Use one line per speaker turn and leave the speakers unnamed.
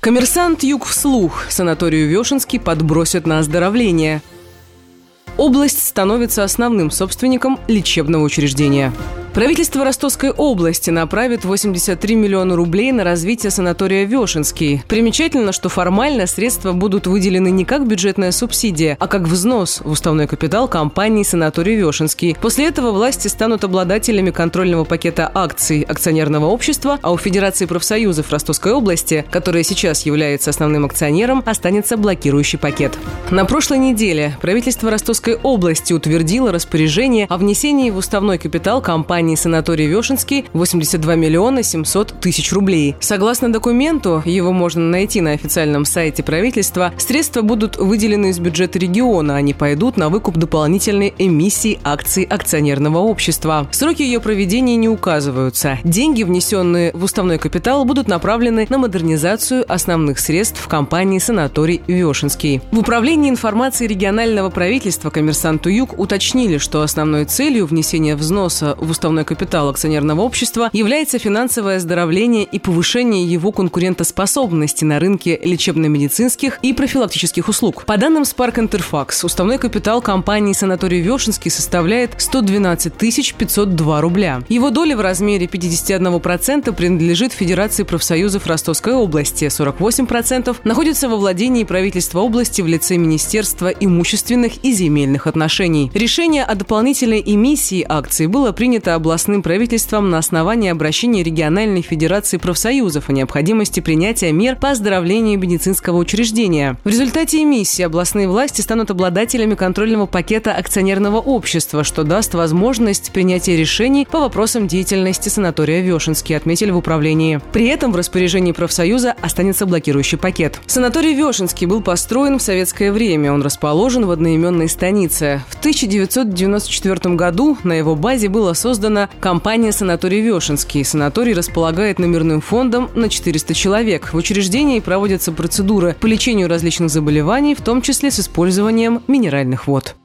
Коммерсант Юг вслух. Санаторию Вешенский подбросят на оздоровление. Область становится основным собственником лечебного учреждения. Правительство Ростовской области направит 83 миллиона рублей на развитие санатория Вешенский. Примечательно, что формально средства будут выделены не как бюджетная субсидия, а как взнос в уставной капитал компании «Санаторий Вешенский». После этого власти станут обладателями контрольного пакета акций акционерного общества, а у Федерации профсоюзов Ростовской области, которая сейчас является основным акционером, останется блокирующий пакет. На прошлой неделе правительство Ростовской области утвердило распоряжение о внесении в уставной капитал компании «Санаторий Вешенский» 82 миллиона 700 тысяч рублей. Согласно документу, его можно найти на официальном сайте правительства, средства будут выделены из бюджета региона, они пойдут на выкуп дополнительной эмиссии акций акционерного общества. Сроки ее проведения не указываются. Деньги, внесенные в уставной капитал, будут направлены на модернизацию основных средств компании «Санаторий Вешенский». В управлении информации регионального правительства «Коммерсанту Юг» уточнили, что основной целью внесения взноса в уставной капитал акционерного общества является финансовое оздоровление и повышение его конкурентоспособности на рынке лечебно-медицинских и профилактических услуг. По данным Spark Interfax, уставной капитал компании «Санаторий Вешенский» составляет 112 502 рубля. Его доля в размере 51% принадлежит Федерации профсоюзов Ростовской области, 48% находится во владении правительства области в лице Министерства имущественных и земельных отношений. Решение о дополнительной эмиссии акций было принято областным правительством на основании обращения региональной федерации профсоюзов о необходимости принятия мер по оздоровлению медицинского учреждения. В результате эмиссии областные власти станут обладателями контрольного пакета акционерного общества, что даст возможность принятия решений по вопросам деятельности санатория Вешенский, отметили в управлении. При этом в распоряжении профсоюза останется блокирующий пакет. Санаторий Вешенский был построен в советское время. Он расположен в одноименной станице. В 1994 году на его базе была создана компания «Санаторий Вешенский». Санаторий располагает номерным фондом на 400 человек. В учреждении проводятся процедуры по лечению различных заболеваний, в том числе с использованием минеральных вод.